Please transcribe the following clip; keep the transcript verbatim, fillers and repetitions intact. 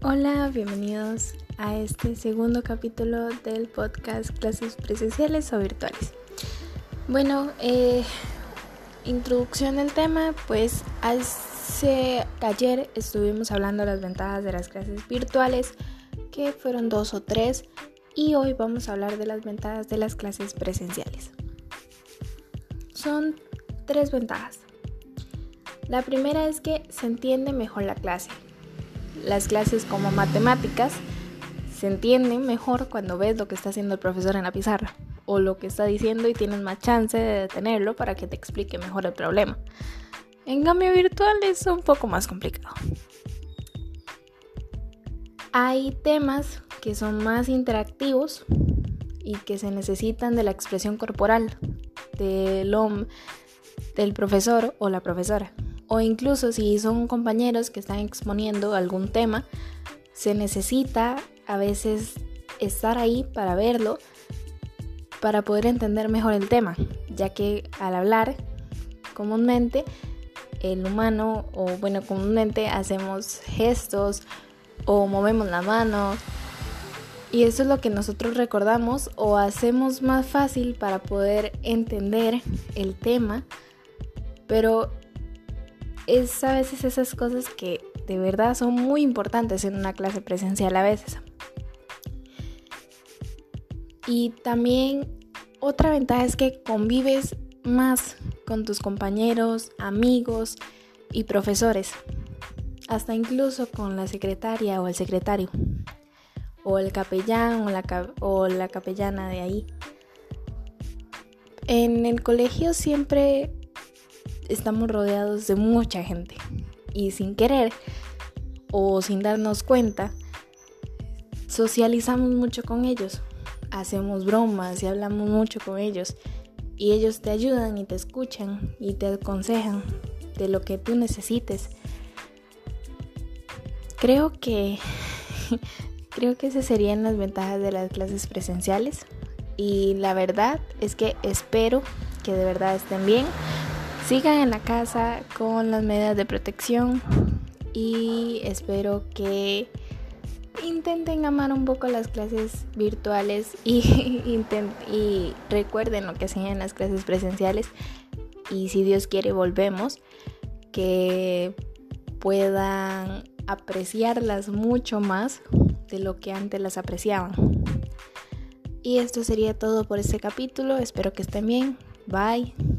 Hola, bienvenidos a este segundo capítulo del podcast Clases Presenciales o Virtuales. Bueno, eh, introducción del tema, pues hace ayer estuvimos hablando de las ventajas de las clases virtuales, que fueron dos o tres, y hoy vamos a hablar de las ventajas de las clases presenciales. Son tres ventajas. La primera es que se entiende mejor la clase. Las clases como matemáticas se entienden mejor cuando ves lo que está haciendo el profesor en la pizarra o lo que está diciendo y tienes más chance de detenerlo para que te explique mejor el problema. En cambio, virtual es un poco más complicado. Hay temas que son más interactivos y que se necesitan de la expresión corporal del, hom- del profesor o la profesora. O incluso si son compañeros que están exponiendo algún tema, se necesita a veces estar ahí para verlo, para poder entender mejor el tema, ya que al hablar comúnmente el humano, o bueno, comúnmente hacemos gestos o movemos la mano, y eso es lo que nosotros recordamos o hacemos más fácil para poder entender el tema, pero es a veces esas cosas que de verdad son muy importantes en una clase presencial a veces. Y también otra ventaja es que convives más con tus compañeros, amigos y profesores, hasta incluso con la secretaria o el secretario, o el capellán o la, o la capellana de ahí. En el colegio siempre estamos rodeados de mucha gente y sin querer o sin darnos cuenta socializamos mucho con ellos, hacemos bromas y hablamos mucho con ellos, y ellos te ayudan y te escuchan y te aconsejan de lo que tú necesites. Creo que creo que esas serían las ventajas de las clases presenciales, y la verdad es que espero que de verdad estén bien. Sigan en la casa con las medidas de protección y espero que intenten amar un poco las clases virtuales y, intent- y recuerden lo que hacían en las clases presenciales, y si Dios quiere volvemos, que puedan apreciarlas mucho más de lo que antes las apreciaban. Y esto sería todo por este capítulo, espero que estén bien, bye.